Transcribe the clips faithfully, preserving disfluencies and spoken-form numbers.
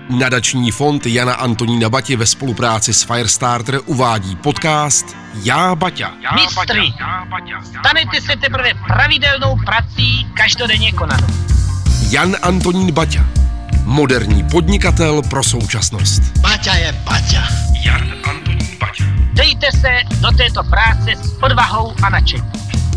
Nadační fond Jana Antonína Bati ve spolupráci s Firestarter uvádí podcast Já Baťa. Mistry, stanete se teprve pravidelnou prací každodenně konanou. Jan Antonín Baťa, moderní podnikatel pro současnost. Baťa je Baťa. Jan Antonín Baťa. Dejte se do této práce s odvahou a nadšením.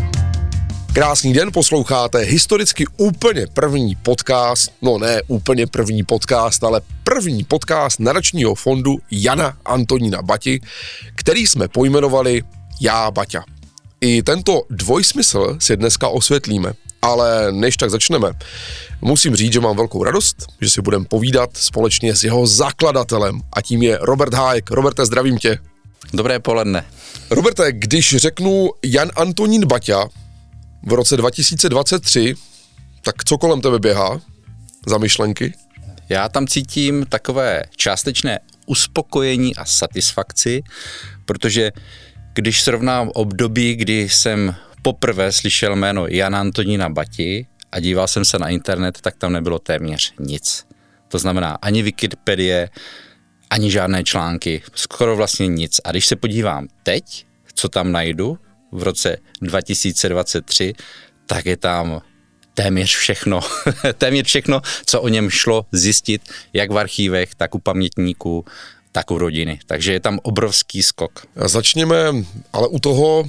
Krásný den, posloucháte historicky úplně první podcast, no ne úplně první podcast, ale první podcast nadačního fondu Jana Antonína Bati, který jsme pojmenovali Já Baťa. I tento dvojsmysl si dneska osvětlíme, ale než tak začneme, musím říct, že mám velkou radost, že si budeme povídat společně s jeho zakladatelem a tím je Robert Hájek. Roberte, zdravím tě. Dobré poledne. Roberte, když řeknu Jan Antonín Baťa v roce dva tisíce dvacet tři, tak co kolem tebe běhá za myšlenky? Já tam cítím takové částečné uspokojení a satisfakci, protože když srovnám období, kdy jsem poprvé slyšel jméno Jana Antonína Bati a díval jsem se na internet, tak tam nebylo téměř nic. To znamená ani Wikipedie, ani žádné články, skoro vlastně nic. A když se podívám teď, co tam najdu, v roce dva tisíce dvacet tři, tak je tam téměř všechno, téměř všechno, co o něm šlo zjistit, jak v archívech, tak u pamětníků, tak u rodiny. Takže je tam obrovský skok. Začněme ale u toho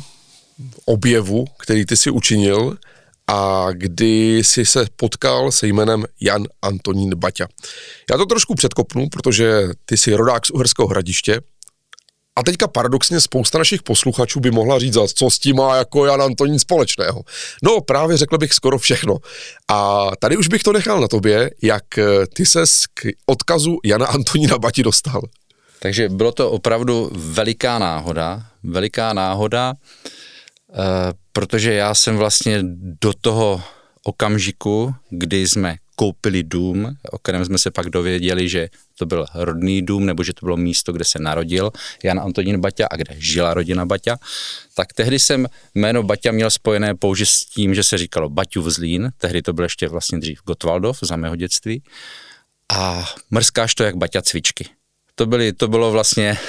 objevu, který ty si učinil a kdy jsi se potkal se jménem Jan Antonín Baťa. Já to trošku předkopnu, protože ty jsi rodák z Uherského Hradiště. A teďka paradoxně spousta našich posluchačů by mohla říct, co s tím má jako Jan Antonín společného. No právě řekl bych skoro všechno. A tady už bych to nechal na tobě, jak ty ses k odkazu Jana Antonína Bati dostal. Takže bylo to opravdu veliká náhoda, veliká náhoda, eh, protože já jsem vlastně do toho okamžiku, kdy jsme koupili dům, o kterém jsme se pak dověděli, že to byl rodný dům, nebo že to bylo místo, kde se narodil Jan Antonín Baťa a kde žila rodina Baťa, tak tehdy jsem jméno Baťa měl spojené pouze s tím, že se říkalo Baťův Zlín, tehdy to byl ještě vlastně dřív Gottwaldov za mého dětství, a mrskáš to jak Baťa cvičky. To, byly, to bylo vlastně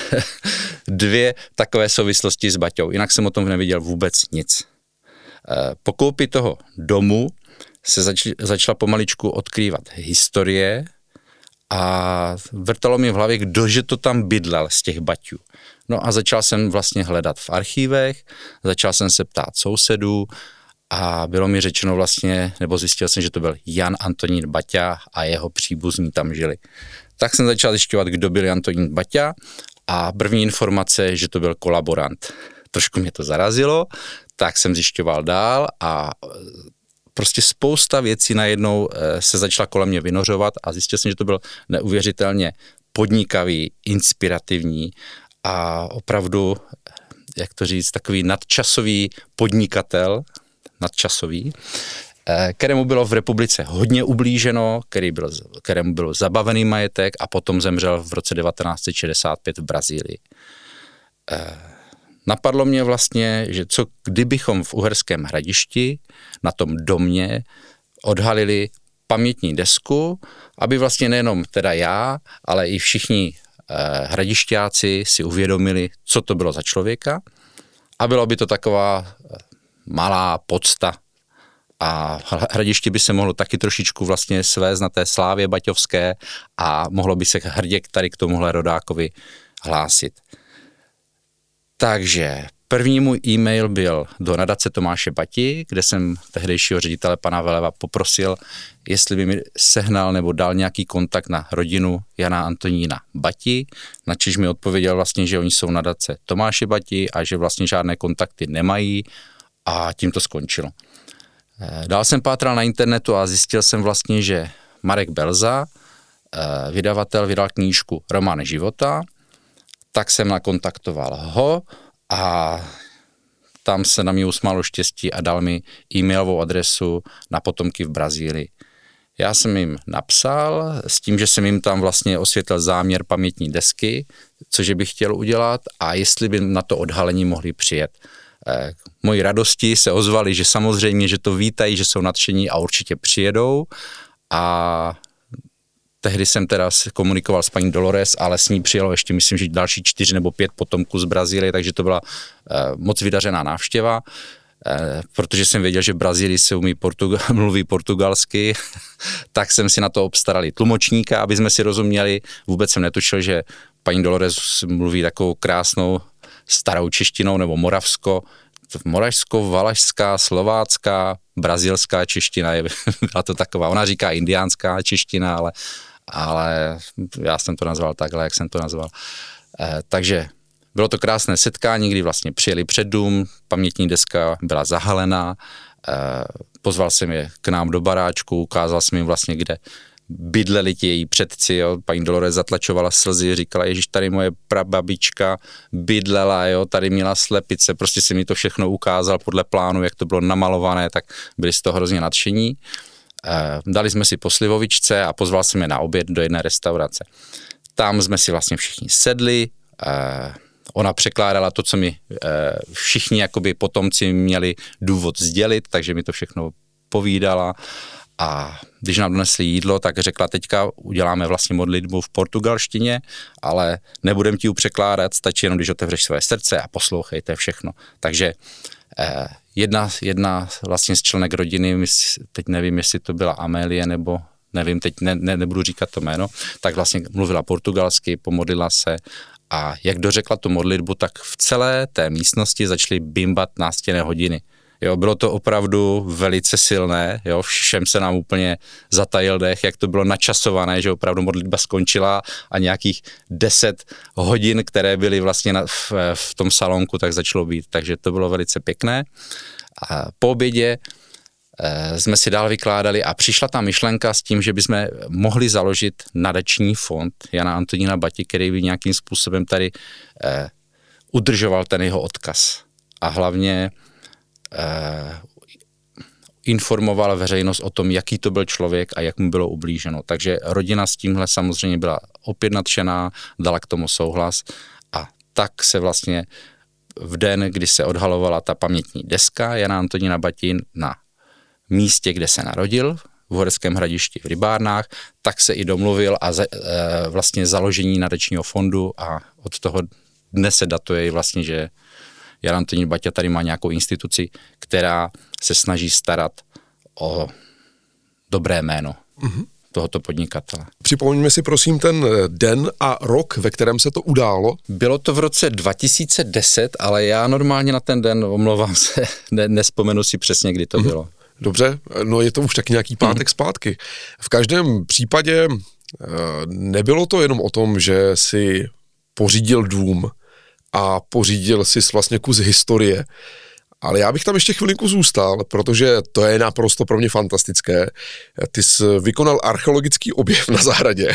dvě takové souvislosti s Baťou, jinak jsem o tom neviděl vůbec nic. Po koupi toho domu se zač, začala pomaličku odkrývat historie a vrtalo mi v hlavě, kdože to tam bydlel z těch Baťů. No a začal jsem vlastně hledat v archívech, začal jsem se ptát sousedů a bylo mi řečeno vlastně, nebo zjistil jsem, že to byl Jan Antonín Baťa a jeho příbuzní tam žili. Tak jsem začal zjišťovat, kdo byl Jan Antonín Baťa a první informace, že to byl kolaborant. Trošku mě to zarazilo, tak jsem zjišťoval dál a prostě spousta věcí najednou se začala kolem mě vynořovat a zjistil jsem, že to byl neuvěřitelně podnikavý, inspirativní a opravdu, jak to říct, takový nadčasový podnikatel, nadčasový, kterému bylo v republice hodně ublíženo, který byl, kterému byl zabavený majetek a potom zemřel v roce devatenáct set šedesát pět v Brazílii. Napadlo mě vlastně, že co kdybychom v Uherském Hradišti na tom domě odhalili pamětní desku, aby vlastně nejenom teda já, ale i všichni eh, hradišťáci si uvědomili, co to bylo za člověka a bylo by to taková malá pocta a Hradiště by se mohlo taky trošičku vlastně svést na té slávě baťovské a mohlo by se hrdě tady k tomuhle rodákovi hlásit. Takže první můj e-mail byl do nadace Tomáše Bati, kde jsem tehdejšího ředitele pana Veleva poprosil, jestli by mi sehnal nebo dal nějaký kontakt na rodinu Jana Antonína Bati, načež mi odpověděl vlastně, že oni jsou nadace Tomáše Bati a že vlastně žádné kontakty nemají a tím to skončilo. Dál jsem pátral na internetu a zjistil jsem vlastně, že Marek Belza, vydavatel, vydal knížku Román života, tak jsem nakontaktoval ho a tam se na mě usmálo štěstí a dal mi e-mailovou adresu na potomky v Brazílii. Já jsem jim napsal s tím, že jsem jim tam vlastně osvětlil záměr pamětní desky, cože bych chtěl udělat a jestli by na to odhalení mohli přijet. Eh, moji radosti se ozvali, že samozřejmě, že to vítají, že jsou nadšení a určitě přijedou a tehdy jsem teda komunikoval s paní Dolores, ale s ní přijelo ještě, myslím, že další čtyři nebo pět potomků z Brazílie, takže to byla uh, moc vydařená návštěva, uh, protože jsem věděl, že v Brazílii se umí portugal, mluví portugalsky, tak jsem si na to obstarali tlumočníka, aby jsme si rozuměli. Vůbec jsem netušil, že paní Dolores mluví takovou krásnou starou češtinou nebo moravsko, moravsko-valašská, slovácká, brazilská čeština, je, byla to taková, ona říká indiánská čeština, ale, ale já jsem to nazval takhle, jak jsem to nazval. Eh, takže bylo to krásné setkání, kdy vlastně přijeli před dům, pamětní deska byla zahalená, eh, pozval jsem je k nám do baráčku, ukázal jsem jim vlastně, kde bydleli ti její předci, jo. Paní Dolores zatlačovala slzy, říkala, ježiš, tady moje prababička bydlela, jo, tady měla slepice, prostě si mi to všechno ukázal podle plánu, jak to bylo namalované, tak byli z toho hrozně nadšení. E, dali jsme si po slivovičce a pozval jsem je na oběd do jedné restaurace. Tam jsme si vlastně všichni sedli, e, ona překládala to, co mi e, všichni jakoby potomci měli důvod sdělit, takže mi to všechno povídala. A když nám donesli jídlo, tak řekla, teďka uděláme vlastně modlitbu v portugalštině, ale nebudem ti ji překládat, stačí jenom, když otevřeš své srdce a poslouchejte všechno. Takže eh, jedna, jedna vlastně z členek rodiny, teď nevím, jestli to byla Amélie nebo nevím, teď ne, ne, nebudu říkat to jméno, tak vlastně mluvila portugalsky, pomodlila se a jak dořekla tu modlitbu, tak v celé té místnosti začaly bimbat nástěnné hodiny. Jo, bylo to opravdu velice silné, jo, všem se nám úplně zatajil dech, jak to bylo načasované, že opravdu modlitba skončila a nějakých deset hodin, které byly vlastně na, v, v tom salonku, tak začalo být, takže to bylo velice pěkné. A po obědě e, jsme si dál vykládali a přišla ta myšlenka s tím, že bychom mohli založit nadační fond Jana Antonína Bati, který by nějakým způsobem tady e, udržoval ten jeho odkaz. A hlavně Uh, informoval veřejnost o tom, jaký to byl člověk a jak mu bylo ublíženo. Takže rodina s tímhle samozřejmě byla opět nadšená, dala k tomu souhlas a tak se vlastně v den, kdy se odhalovala ta pamětní deska Jana Antonína Bati na místě, kde se narodil, v Uherském Hradišti v Rybárnách, tak se i domluvil a za, uh, vlastně založení nadačního fondu a od toho dne se datuje vlastně, že Jan Antonín Baťa tady má nějakou instituci, která se snaží starat o dobré jméno mm-hmm. tohoto podnikatele. Připomeňme si prosím ten den a rok, ve kterém se to událo. Bylo to v roce dva tisíce deset, ale já normálně na ten den, omlouvám se, ne, nespomenu si přesně, kdy to mm-hmm. bylo. Dobře, no je to už tak nějaký pátek mm-hmm. zpátky. V každém případě nebylo to jenom o tom, že si pořídil dům a pořídil si vlastně kus historie. Ale já bych tam ještě chvilinku zůstal, protože to je naprosto pro mě fantastické. Ty jsi vykonal archeologický objev na zahradě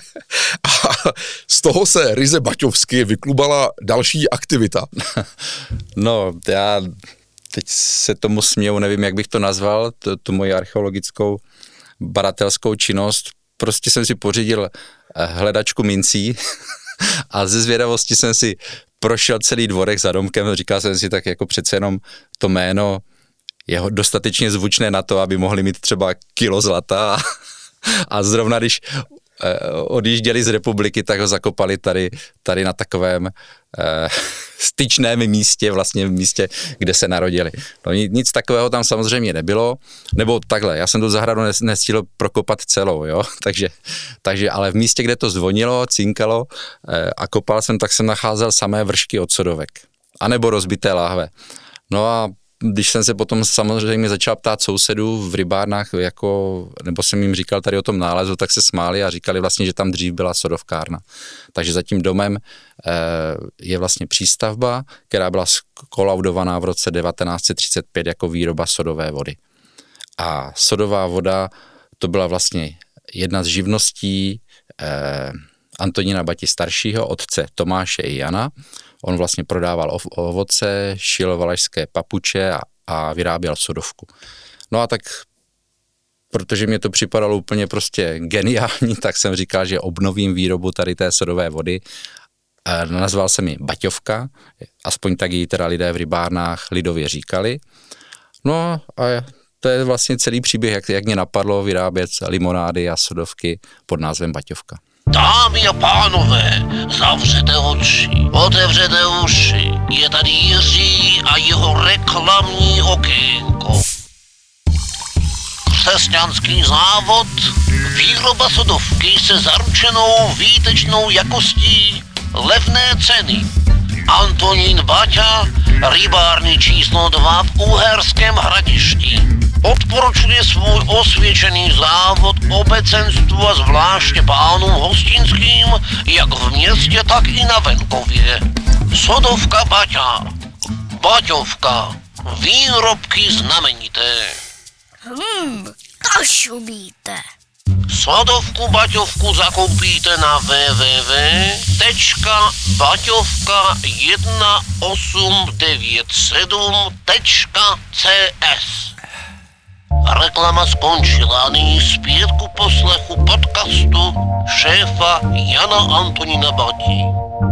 a z toho se ryze baťovsky vyklubala další aktivita. No, já teď se tomu směju, nevím, jak bych to nazval, tu, tu moji archeologickou badatelskou činnost. Prostě jsem si pořídil hledačku mincí a ze zvědavosti jsem si prošel celý dvorek za domkem, říkal jsem si tak jako přece jenom to jméno je dostatečně zvučné na to, aby mohli mít třeba kilo zlata a, a zrovna když eh, odjížděli z republiky, tak ho zakopali tady, tady na takovém eh, styčném místě, vlastně v místě, kde se narodili. No, nic takového tam samozřejmě nebylo, nebo takhle, já jsem tu zahradu nestihl prokopat celou, jo, takže, takže ale v místě, kde to zvonilo, cinkalo eh, a kopal jsem, tak jsem nacházel samé vršky od sodovek, anebo rozbité láhve. No a když jsem se potom samozřejmě začal ptát sousedů v Rybárnách, jako, nebo jsem jim říkal tady o tom nálezu, tak se smáli a říkali vlastně, že tam dřív byla sodovkárna. Takže za tím domem eh, je vlastně přístavba, která byla skolaudovaná v roce devatenáct set třicet pět jako výroba sodové vody. A sodová voda, to byla vlastně jedna z živností eh, Antonína Bati staršího, otce Tomáše i Jana. On vlastně prodával ovoce, šil valašské papuče a, a vyráběl sodovku. No a tak, protože mě to připadalo úplně prostě geniální, tak jsem říkal, že obnovím výrobu tady té sodové vody. E, nazval jsem ji Baťovka, aspoň tak ji teda lidé v Rybárnách lidově říkali. No a To je vlastně celý příběh, jak, jak mě napadlo vyrábět limonády a sodovky pod názvem Baťovka. Dámy a pánové, zavřete oči, otevřete uši, je tady Jiří a jeho reklamní okénko. Křesťanský závod, výroba sodovky se zaručenou výtečnou jakostí, levné ceny. Antonín Baťa, rybárny číslo dva v Uherském Hradišti. Odporučuje svůj osvědčený závod obecenstvu a zvláště pánům hostinským, jak v městě, tak i na venkově. Sodovka Baťa, Baťovka, výrobky znamenité. Hmm, to šumíte. Sodovku Baťovku zakoupíte na w w w tečka baťovka jedna osm devět sedm tečka c s. Reklama skončila a nyní zpět ku poslechu podcastu šéfa Jana Antonína Bati.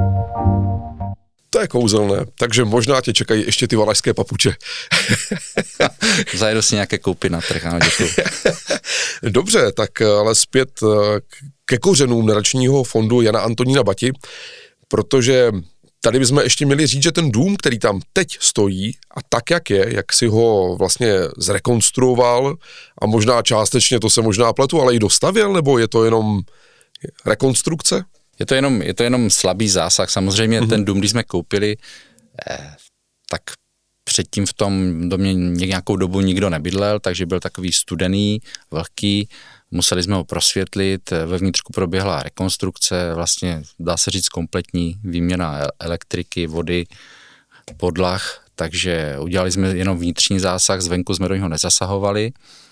To je kouzelné, takže možná tě čekají ještě ty valašské papuče. Zajedu si nějaké koupy na trh, ano, děkuju. Dobře, tak ale zpět ke kořenům nadačního fondu Jana Antonína Bati, protože tady bychom ještě měli říct, že ten dům, který tam teď stojí a tak, jak je, jak si ho vlastně zrekonstruoval a možná částečně, to se možná pletu, ale i dostavěl, nebo je to jenom rekonstrukce? Je to jenom, je to jenom slabý zásah. Samozřejmě mm-hmm. ten dům, když jsme koupili, eh, tak předtím v tom domě nějakou dobu nikdo nebydlel, takže byl takový studený, vlhký, museli jsme ho prosvětlit, ve vnitřku proběhla rekonstrukce, vlastně dá se říct kompletní výměna elektriky, vody, podlah, takže udělali jsme jenom vnitřní zásah, zvenku jsme do něho nezasahovali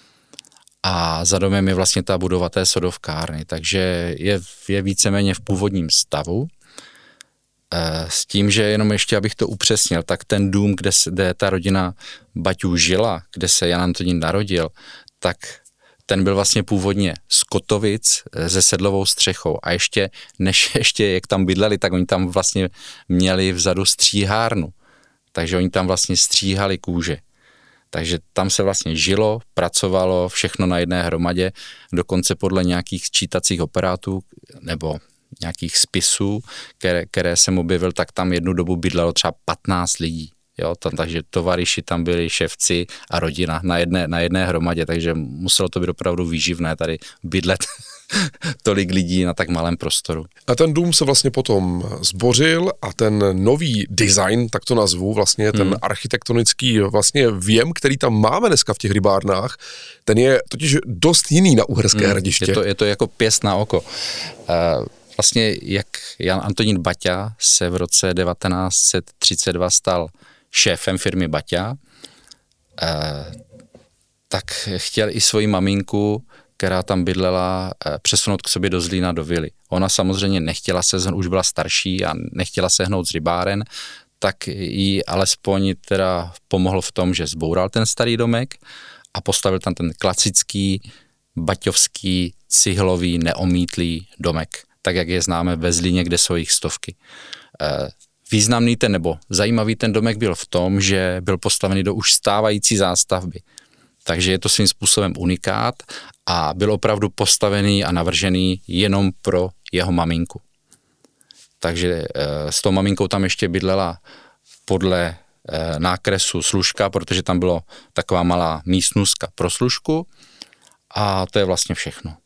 a za domem je vlastně ta budova té sodovkárny, takže je, je víceméně v původním stavu. S tím, že jenom ještě, abych to upřesnil, tak ten dům, kde, kde ta rodina Baťů žila, kde se Jan Antonín narodil, tak ten byl vlastně původně z kotovic se sedlovou střechou a ještě, než ještě jak tam bydleli, tak oni tam vlastně měli vzadu stříhárnu, takže oni tam vlastně stříhali kůže. Takže tam se vlastně žilo, pracovalo, všechno na jedné hromadě, dokonce podle nějakých sčítacích operátů nebo nějakých spisů, které, které jsem objevil, tak tam jednu dobu bydlelo třeba patnáct lidí. Jo, tam, takže tovariši tam byli, ševci a rodina na jedné, na jedné hromadě, takže muselo to být opravdu výživné tady bydlet tolik lidí na tak malém prostoru. A ten dům se vlastně potom zbořil a ten nový design, tak to nazvu, vlastně ten hmm. architektonický vlastně věm, který tam máme dneska v těch rybárnách, ten je totiž dost jiný na Uherské hmm. Hradiště. Je to, je to jako pěst na oko. Uh, vlastně jak Jan Antonín Baťa se v roce devatenáct set třicet dva stal šéfem firmy Baťa, uh, tak chtěl i svoji maminku, která tam bydlela, přesunout k sobě do Zlína, do vily. Ona samozřejmě nechtěla se, už byla starší a nechtěla se hnout z rybáren, tak jí alespoň teda pomohlo v tom, že zboural ten starý domek a postavil tam ten klasický baťovský cihlový neomítlý domek, tak jak je známe ve Zlíně, kde jsou jich stovky. Významný ten nebo zajímavý ten domek byl v tom, že byl postavený do už stávající zástavby. Takže je to svým způsobem unikát a byl opravdu postavený a navržený jenom pro jeho maminku. Takže e, s tou maminkou tam ještě bydlela podle e, nákresu služka, protože tam bylo taková malá místnůstka pro služku a to je vlastně všechno.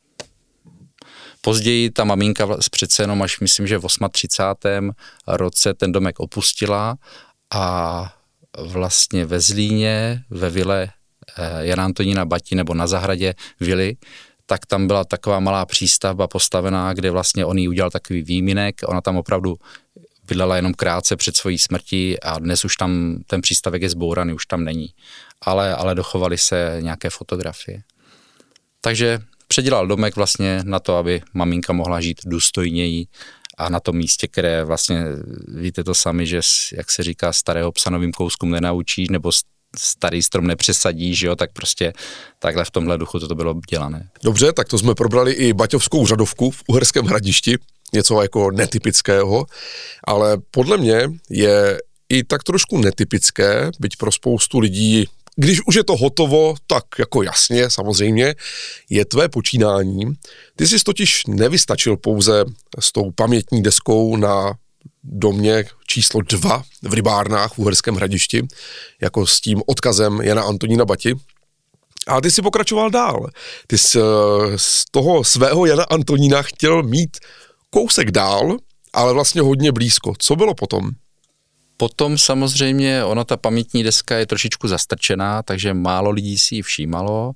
Později ta maminka přece jenom až myslím, že v třicátém osmém roce ten domek opustila a vlastně ve Zlíně, ve vile Jana Antonína Bati nebo na zahradě vily, tak tam byla taková malá přístavba postavená, kde vlastně on jí udělal takový výminek, ona tam opravdu bydlela jenom krátce před svojí smrtí a dnes už tam ten přístavek je zbouraný, už tam není, ale, ale dochovaly se nějaké fotografie. Takže předělal domek vlastně na to, aby maminka mohla žít důstojněji a na tom místě, které vlastně, víte to sami, že jak se říká, starého psa novým kouskům nenaučíš, nebo starý strom nepřesadí, že jo, tak prostě takhle v tomhle duchu to bylo dělané. Dobře, tak to jsme probrali i baťovskou řadovku v Uherském Hradišti, něco jako netypického, ale podle mě je i tak trošku netypické, byť pro spoustu lidí když už je to hotovo, tak jako jasně, samozřejmě, je tvé počínání. Ty jsi totiž nevystačil pouze s tou pamětní deskou na domě číslo dva v Rybárnách v Uherském Hradišti, jako s tím odkazem Jana Antonína Bati. A ty jsi pokračoval dál. Ty jsi z toho svého Jana Antonína chtěl mít kousek dál, ale vlastně hodně blízko. Co bylo potom? Potom samozřejmě, ona ta pamětní deska je trošičku zastrčená, takže málo lidí si ji všímalo.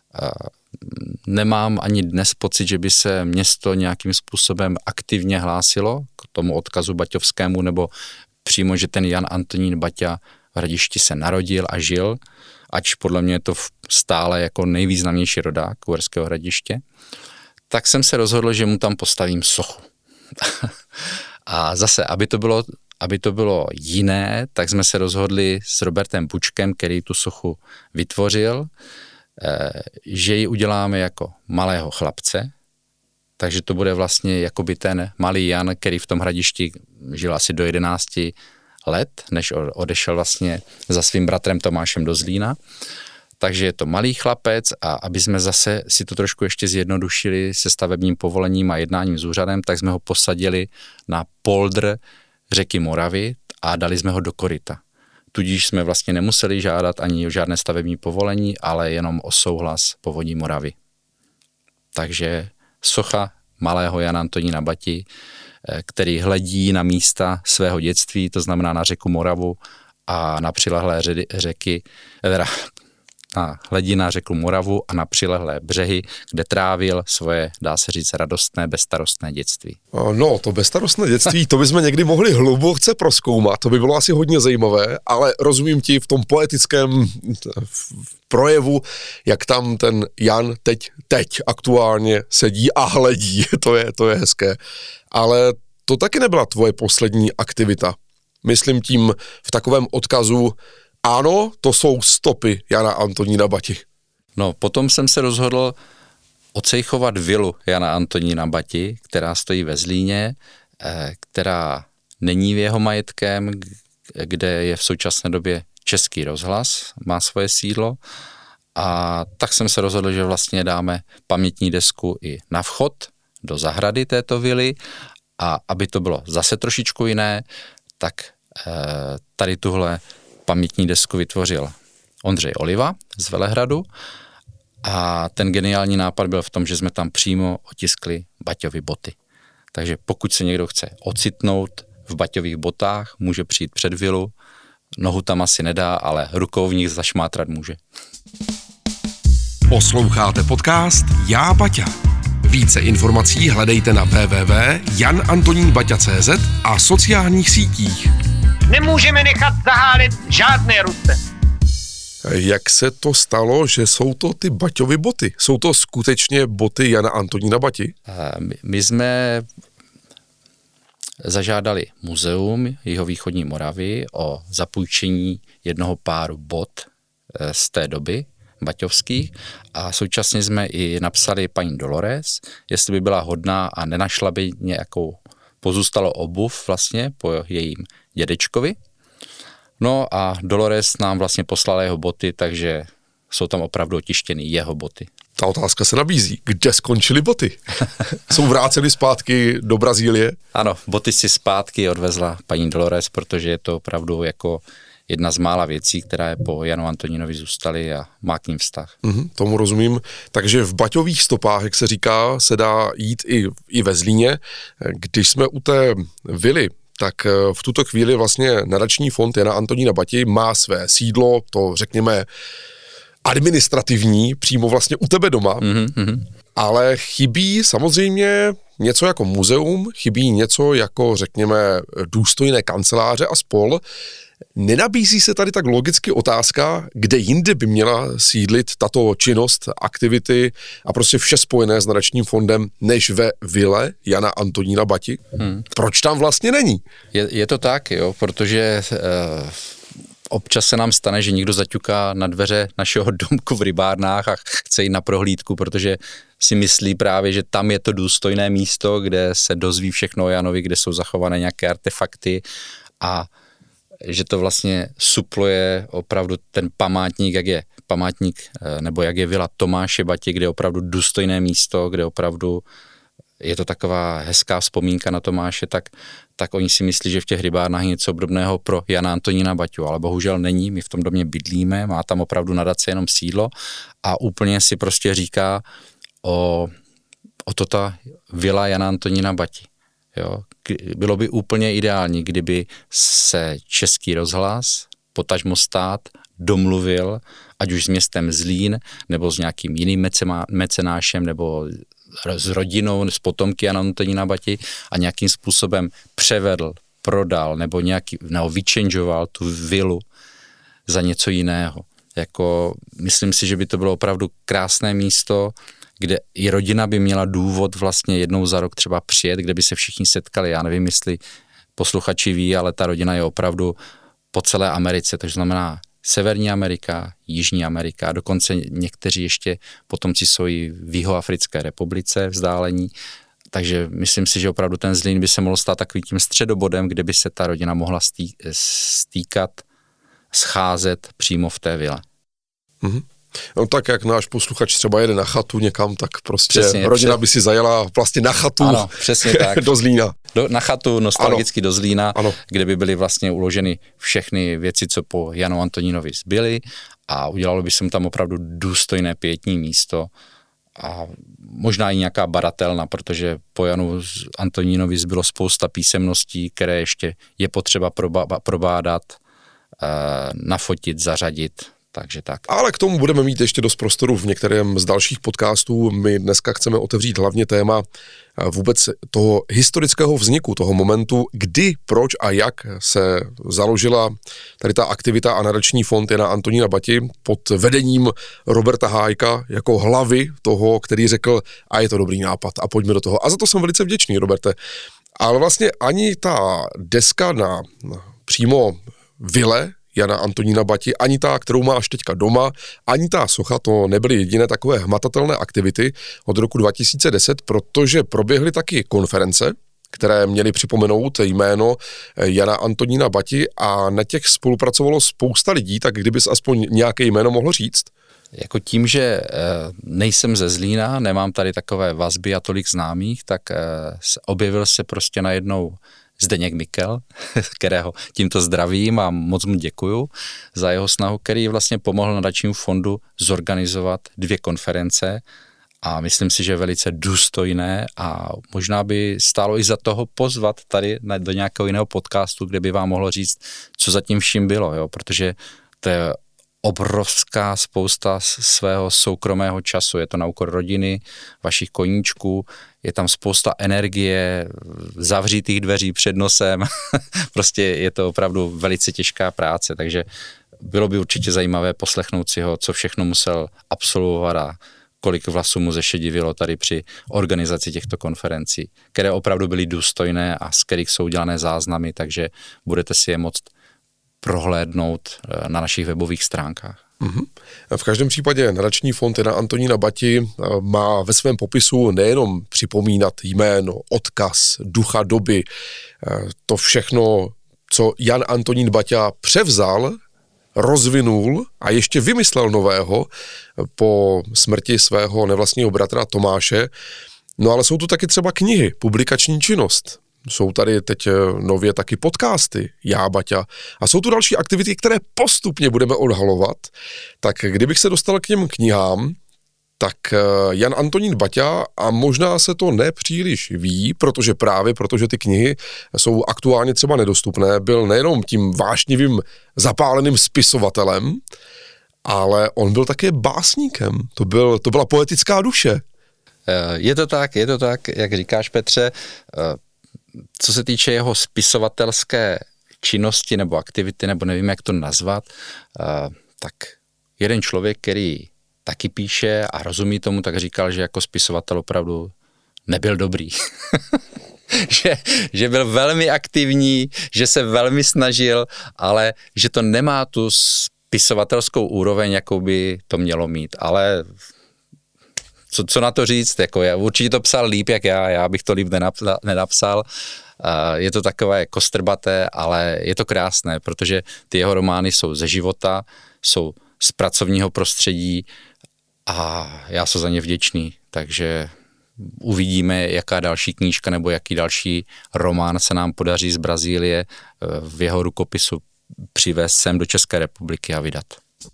Nemám ani dnes pocit, že by se město nějakým způsobem aktivně hlásilo k tomu odkazu baťovskému, nebo přímo, že ten Jan Antonín Baťa v Hradišti se narodil a žil, ač podle mě je to stále jako nejvýznamnější rodák Uherského Hradiště, tak jsem se rozhodl, že mu tam postavím sochu. A zase, aby to bylo Aby to bylo jiné, tak jsme se rozhodli s Robertem Pučkem, který tu sochu vytvořil, že ji uděláme jako malého chlapce, takže to bude vlastně jakoby ten malý Jan, který v tom Hradišti žil asi do jedenácti let, než odešel vlastně za svým bratrem Tomášem do Zlína. Takže je to malý chlapec a aby jsme zase si to trošku ještě zjednodušili se stavebním povolením a jednáním s úřadem, tak jsme ho posadili na poldr řeky Moravy a dali jsme ho do koryta. Tudíž jsme vlastně nemuseli žádat ani o žádné stavební povolení, ale jenom o souhlas Povodí Moravy. Takže socha malého Jana Antonína Bati, který hledí na místa svého dětství, to znamená na řeku Moravu a na přilehlé řeky, teda na hledí na řeku Moravu a na přilehlé břehy, kde trávil svoje, dá se říct, radostné, bezstarostné dětství. No, to bezstarostné dětství, to bychom někdy mohli hluboce prozkoumat, to by bylo asi hodně zajímavé, ale rozumím ti v tom poetickém projevu, jak tam ten Jan teď, teď aktuálně sedí a hledí, to je, to je hezké. Ale to taky nebyla tvoje poslední aktivita. Myslím tím v takovém odkazu, ano, to jsou stopy Jana Antonína Bati. No, potom jsem se rozhodl ocejchovat vilu Jana Antonína Bati, která stojí ve Zlíně, která není v jeho majetkem, kde je v současné době Český rozhlas, má svoje sídlo. A tak jsem se rozhodl, že vlastně dáme pamětní desku i na vchod do zahrady této vily a aby to bylo zase trošičku jiné, tak tady tuhle pamětní desku vytvořil Ondřej Oliva z Velehradu a ten geniální nápad byl v tom, že jsme tam přímo otiskli Baťovy boty. Takže pokud se někdo chce ocitnout v Baťových botách, může přijít před vilu, nohu tam asi nedá, ale rukou v nich zašmátrat může. Posloucháte podcast Já Baťa. Více informací hledejte na w w w tečka jan antonín baťa tečka cé zet a sociálních sítích. Nemůžeme nechat zahálit žádné ruce. Jak se to stalo, že jsou to ty Baťovy boty? Jsou to skutečně boty Jana Antonína Bati? My jsme zažádali muzeum Jihovýchodní Moravy o zapůjčení jednoho páru bot z té doby baťovských a současně jsme i napsali paní Dolores, jestli by byla hodná a nenašla by nějakou pozůstalou obuv vlastně po jejím dědečkovi. No a Dolores nám vlastně poslala jeho boty, takže jsou tam opravdu otištěny jeho boty. Ta otázka se nabízí. Kde skončily boty? Jsou vráceny zpátky do Brazílie? Ano, boty si zpátky odvezla paní Dolores, protože je to opravdu jako jedna z mála věcí, která je po Janu Antonínovi zůstaly a má k ním vztah. Mm, tomu rozumím. Takže v Baťových stopách, jak se říká, se dá jít i, i ve Zlíně. Když jsme u té vily, tak v tuto chvíli vlastně nadační fond Jana Antonína Bati má své sídlo, to řekněme administrativní, přímo vlastně u tebe doma, mm-hmm. ale chybí samozřejmě něco jako muzeum, chybí něco jako řekněme důstojné kanceláře a spol. Nenabízí se tady tak logicky otázka, kde jinde by měla sídlit tato činnost, aktivity a prostě vše spojené s nadačním fondem, než ve vile Jana Antonína Bati? Hmm. Proč tam vlastně není? Je, je to tak, jo, protože uh, občas se nám stane, že někdo zaťuká na dveře našeho domku v Rybárnách a chce jít na prohlídku, protože si myslí právě, že tam je to důstojné místo, kde se dozví všechno o Janovi, kde jsou zachované nějaké artefakty a že to vlastně supluje opravdu ten památník, jak je památník, nebo jak je vila Tomáše Bati, kde je opravdu důstojné místo, kde opravdu je to taková hezká vzpomínka na Tomáše, tak, tak oni si myslí, že v těch rybárnách je něco obdobného pro Jana Antonína Baťu, ale bohužel není, my v tom domě bydlíme, má tam opravdu nadace jenom sídlo a úplně si prostě říká o, o to ta vila Jana Antonína Bati. Jo? Bylo by úplně ideální, kdyby se Český rozhlas, potažmo stát, domluvil, ať už s městem Zlín, nebo s nějakým jiným mecenášem, nebo s rodinou, s potomky Jana Antonína Bati a nějakým způsobem převedl, prodal, nebo nějaký, nebo vychangeoval tu vilu za něco jiného. Jako, myslím si, že by to bylo opravdu krásné místo, kde i rodina by měla důvod vlastně jednou za rok třeba přijet, kde by se všichni setkali. Já nevím, jestli posluchači ví, ale ta rodina je opravdu po celé Americe, to znamená Severní Amerika, Jižní Amerika, dokonce někteří ještě potomci jsou i v Jihoafrické republice vzdálení, takže myslím si, že opravdu ten Zlín by se mohl stát takovým tím středobodem, kde by se ta rodina mohla stý, stýkat, scházet přímo v té vile. Mm-hmm. No tak, jak náš posluchač třeba jede na chatu někam, tak prostě přesně, rodina přes... by si zajela vlastně na chatu ano, přesně tak. do Zlína. Do, na chatu, nostalgicky ano. do Zlína, ano. kde by byly vlastně uloženy všechny věci, co po Janu Antonínovi zbyly a udělalo by se tam opravdu důstojné pietní místo a možná i nějaká baratelna, protože po Janu Antonínovi zbylo spousta písemností, které ještě je potřeba proba- probádat, uh, nafotit, zařadit. Takže tak. Ale k tomu budeme mít ještě dost prostoru v některém z dalších podcastů. My dneska chceme otevřít hlavně téma vůbec toho historického vzniku, toho momentu, kdy, proč a jak se založila tady ta aktivita a nadační fond Jana Antonína Bati pod vedením Roberta Hájka jako hlavy toho, který řekl, a je to dobrý nápad a pojďme do toho. A za to jsem velice vděčný, Roberte. Ale vlastně ani ta deska na, na přímo vile Jana Antonína Bati, ani ta, kterou máš teďka doma, ani ta socha, to nebyly jediné takové hmatatelné aktivity od roku dva tisíce deset, protože proběhly taky konference, které měly připomenout jméno Jana Antonína Bati a na těch spolupracovalo spousta lidí, tak kdybys aspoň nějaké jméno mohl říct? Jako tím, že nejsem ze Zlína, nemám tady takové vazby a tolik známých, tak objevil se prostě najednou Zdeněk Mikel, kterého tímto zdravím a moc mu děkuju za jeho snahu, který vlastně pomohl nadačnímu fondu zorganizovat dvě konference a myslím si, že je velice důstojné a možná by stálo i za toho pozvat tady do nějakého jiného podcastu, kde by vám mohlo říct, co zatím vším bylo, jo? Protože to je obrovská spousta svého soukromého času, je to na úkor rodiny, vašich koníčků, je tam spousta energie, zavřítých dveří před nosem, prostě je to opravdu velice těžká práce, takže bylo by určitě zajímavé poslechnout si ho, co všechno musel absolvovat a kolik vlasů mu zešedivilo tady při organizaci těchto konferencí, které opravdu byly důstojné a z kterých jsou udělané záznamy, takže budete si je moct prohlédnout na našich webových stránkách. Mm-hmm. V každém případě nadační fond Jana Antonína Bati má ve svém popisu nejenom připomínat jméno, odkaz, ducha doby, to všechno, co Jan Antonín Baťa převzal, rozvinul a ještě vymyslel nového po smrti svého nevlastního bratra Tomáše. No ale jsou tu taky třeba knihy, publikační činnost. Jsou tady teď nově taky podcasty, Já Baťa, a jsou tu další aktivity, které postupně budeme odhalovat. Tak kdybych se dostal k těm knihám, tak Jan Antonín Baťa, a možná se to nepříliš ví, protože právě protože ty knihy jsou aktuálně třeba nedostupné, byl nejenom tím vášnivým zapáleným spisovatelem, ale on byl také básníkem. To, byl, to byla poetická duše. Je to tak, je to tak, jak říkáš, Petře. Co se týče jeho spisovatelské činnosti nebo aktivity, nebo nevím, jak to nazvat, tak jeden člověk, který taky píše a rozumí tomu, tak říkal, že jako spisovatel opravdu nebyl dobrý. že, že byl velmi aktivní, že se velmi snažil, ale že to nemá tu spisovatelskou úroveň, jakou by to mělo mít. Ale co, co na to říct, jako já určitě to psal líp jak já, já bych to líp nenapsal, nenapsal. Je to takové kostrbaté, ale je to krásné, protože ty jeho romány jsou ze života, jsou z pracovního prostředí a já jsem za ně vděčný, takže uvidíme, jaká další knížka nebo jaký další román se nám podaří z Brazílie v jeho rukopisu přivést sem do České republiky a vydat.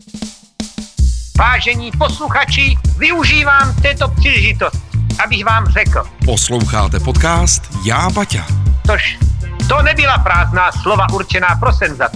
Vážení posluchači, využívám této příležitosti, abych vám řekl. Posloucháte podcast Já, Baťa. Tož to nebyla prázdná slova určená pro senzaci.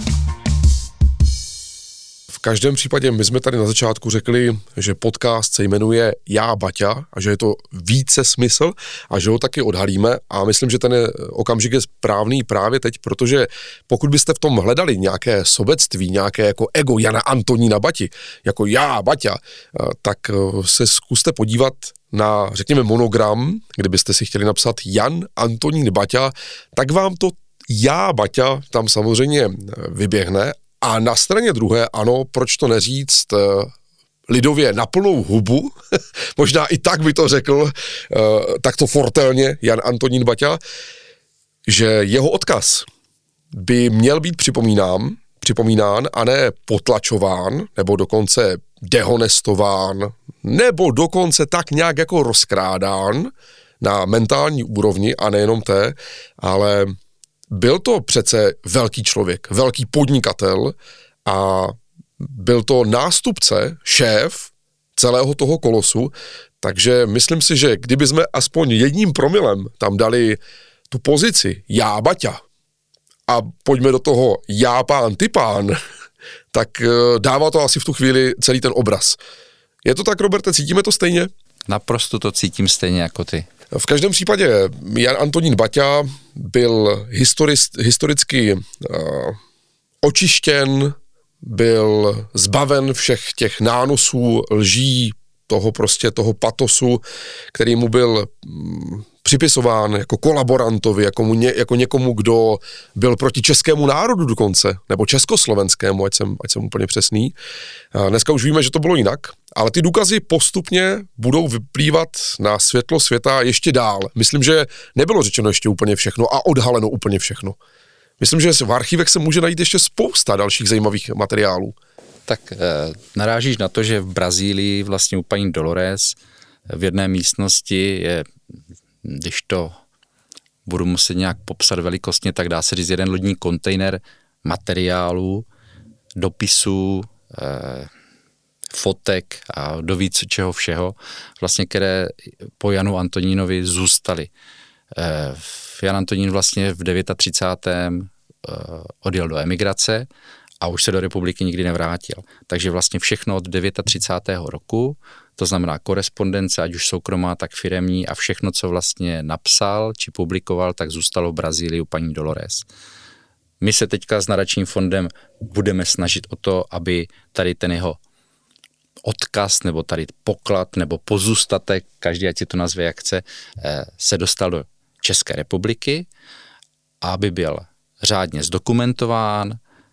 V každém případě my jsme tady na začátku řekli, že podcast se jmenuje Já, Baťa a že je to více smysl a že ho taky odhalíme a myslím, že ten okamžik je správný právě teď, protože pokud byste v tom hledali nějaké sobectví, nějaké jako ego Jana Antonína Bati, jako Já, Baťa, tak se zkuste podívat na, řekněme, monogram, kdybyste si chtěli napsat Jan Antonín Baťa, tak vám to Já, Baťa tam samozřejmě vyběhne. A na straně druhé, ano, proč to neříct, lidově na plnou hubu, možná i tak by to řekl, takto fortelně Jan Antonín Baťa, že jeho odkaz by měl být připomínán, připomínán a ne potlačován, nebo dokonce dehonestován, nebo dokonce tak nějak jako rozkrádán na mentální úrovni a nejenom té, ale byl to přece velký člověk, velký podnikatel a byl to nástupce, šéf celého toho kolosu, takže myslím si, že kdyby jsme aspoň jedním promilem tam dali tu pozici Já, Baťa a pojďme do toho Já, pán, ty pán, tak dává to asi v tu chvíli celý ten obraz. Je to tak, Roberte, cítíme to stejně? Naprosto to cítím stejně jako ty. V každém případě Jan Antonín Baťa byl historist, historicky uh, očištěn, byl zbaven všech těch nánosů, lží, toho prostě toho patosu, který mu byl um, připisován jako kolaborantovi, jako, mu ně, jako někomu, kdo byl proti českému národu dokonce, nebo československému, ať jsem, ať jsem úplně přesný. A dneska už víme, že to bylo jinak, ale ty důkazy postupně budou vyplývat na světlo světa ještě dál. Myslím, že nebylo řečeno ještě úplně všechno a odhaleno úplně všechno. Myslím, že v archivech se může najít ještě spousta dalších zajímavých materiálů. Tak e, narážíš na to, že v Brazílii vlastně u paní Dolores v jedné místnosti je, když to budu muset nějak popsat velikostně, tak dá se říct jeden lodní kontejner materiálů, dopisů, e, fotek a do víc čeho všeho, vlastně, které po Janu Antonínovi zůstaly. E, Jan Antonín vlastně v třicátém devátém odjel do emigrace a už se do republiky nikdy nevrátil. Takže vlastně všechno od třicátého devátého roku, to znamená korespondence, ať už soukromá, tak firemní a všechno, co vlastně napsal či publikoval, tak zůstalo v Brazílii u paní Dolores. My se teďka s nadačním fondem budeme snažit o to, aby tady ten jeho odkaz nebo tady poklad nebo pozůstatek, každý ať si to nazve jak chce, se dostal do České republiky, aby byl řádně zdokumentován,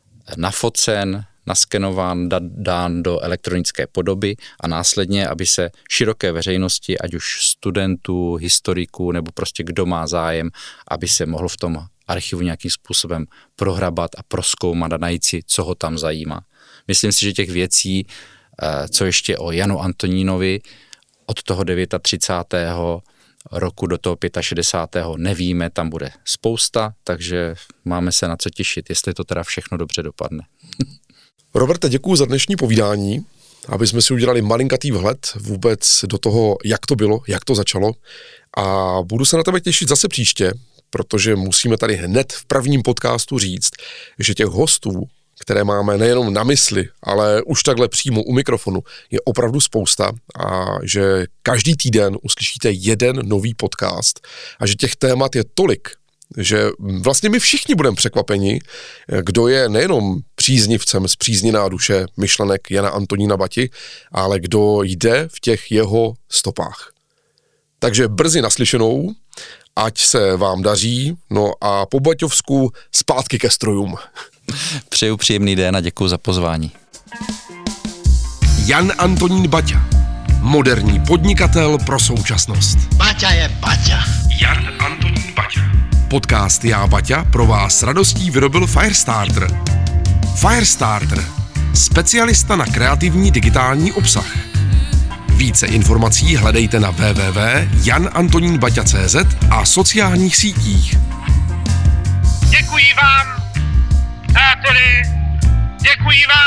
nafocen, naskenován, dán do elektronické podoby a následně, aby se široké veřejnosti, ať už studentů, historiků nebo prostě kdo má zájem, aby se mohl v tom archivu nějakým způsobem prohrabat a prozkoumat a najít si, co ho tam zajímá. Myslím si, že těch věcí, co ještě o Janu Antonínovi od toho třicátého devátého roku do toho šedesátého pátého nevíme, tam bude spousta, takže máme se na co těšit, jestli to teda všechno dobře dopadne. Roberte, děkuju za dnešní povídání, aby jsme si udělali malinkatý vhled vůbec do toho, jak to bylo, jak to začalo a budu se na tebe těšit zase příště, protože musíme tady hned v prvním podcastu říct, že těch hostů, které máme nejenom na mysli, ale už takhle přímo u mikrofonu, je opravdu spousta a že každý týden uslyšíte jeden nový podcast a že těch témat je tolik, že vlastně my všichni budeme překvapeni, kdo je nejenom příznivcem zpřízněná duše myšlenek Jana Antonína Bati, ale kdo jde v těch jeho stopách. Takže brzy naslyšenou, ať se vám daří, no a po baťovsku zpátky ke strojům. Přeju příjemný den a děkuju za pozvání. Jan Antonín Baťa, Moderní podnikatel pro současnost. Baťa je Baťa. Jan Antonín Baťa. Podcast Já Baťa pro vás s radostí vyrobil Firestarter. Firestarter. Specialista na kreativní digitální obsah. Více informací hledejte na w w w tečka jan antonín baťa tečka cé zet a sociálních sítích. Děkuji vám, přáteli, děkuji vám.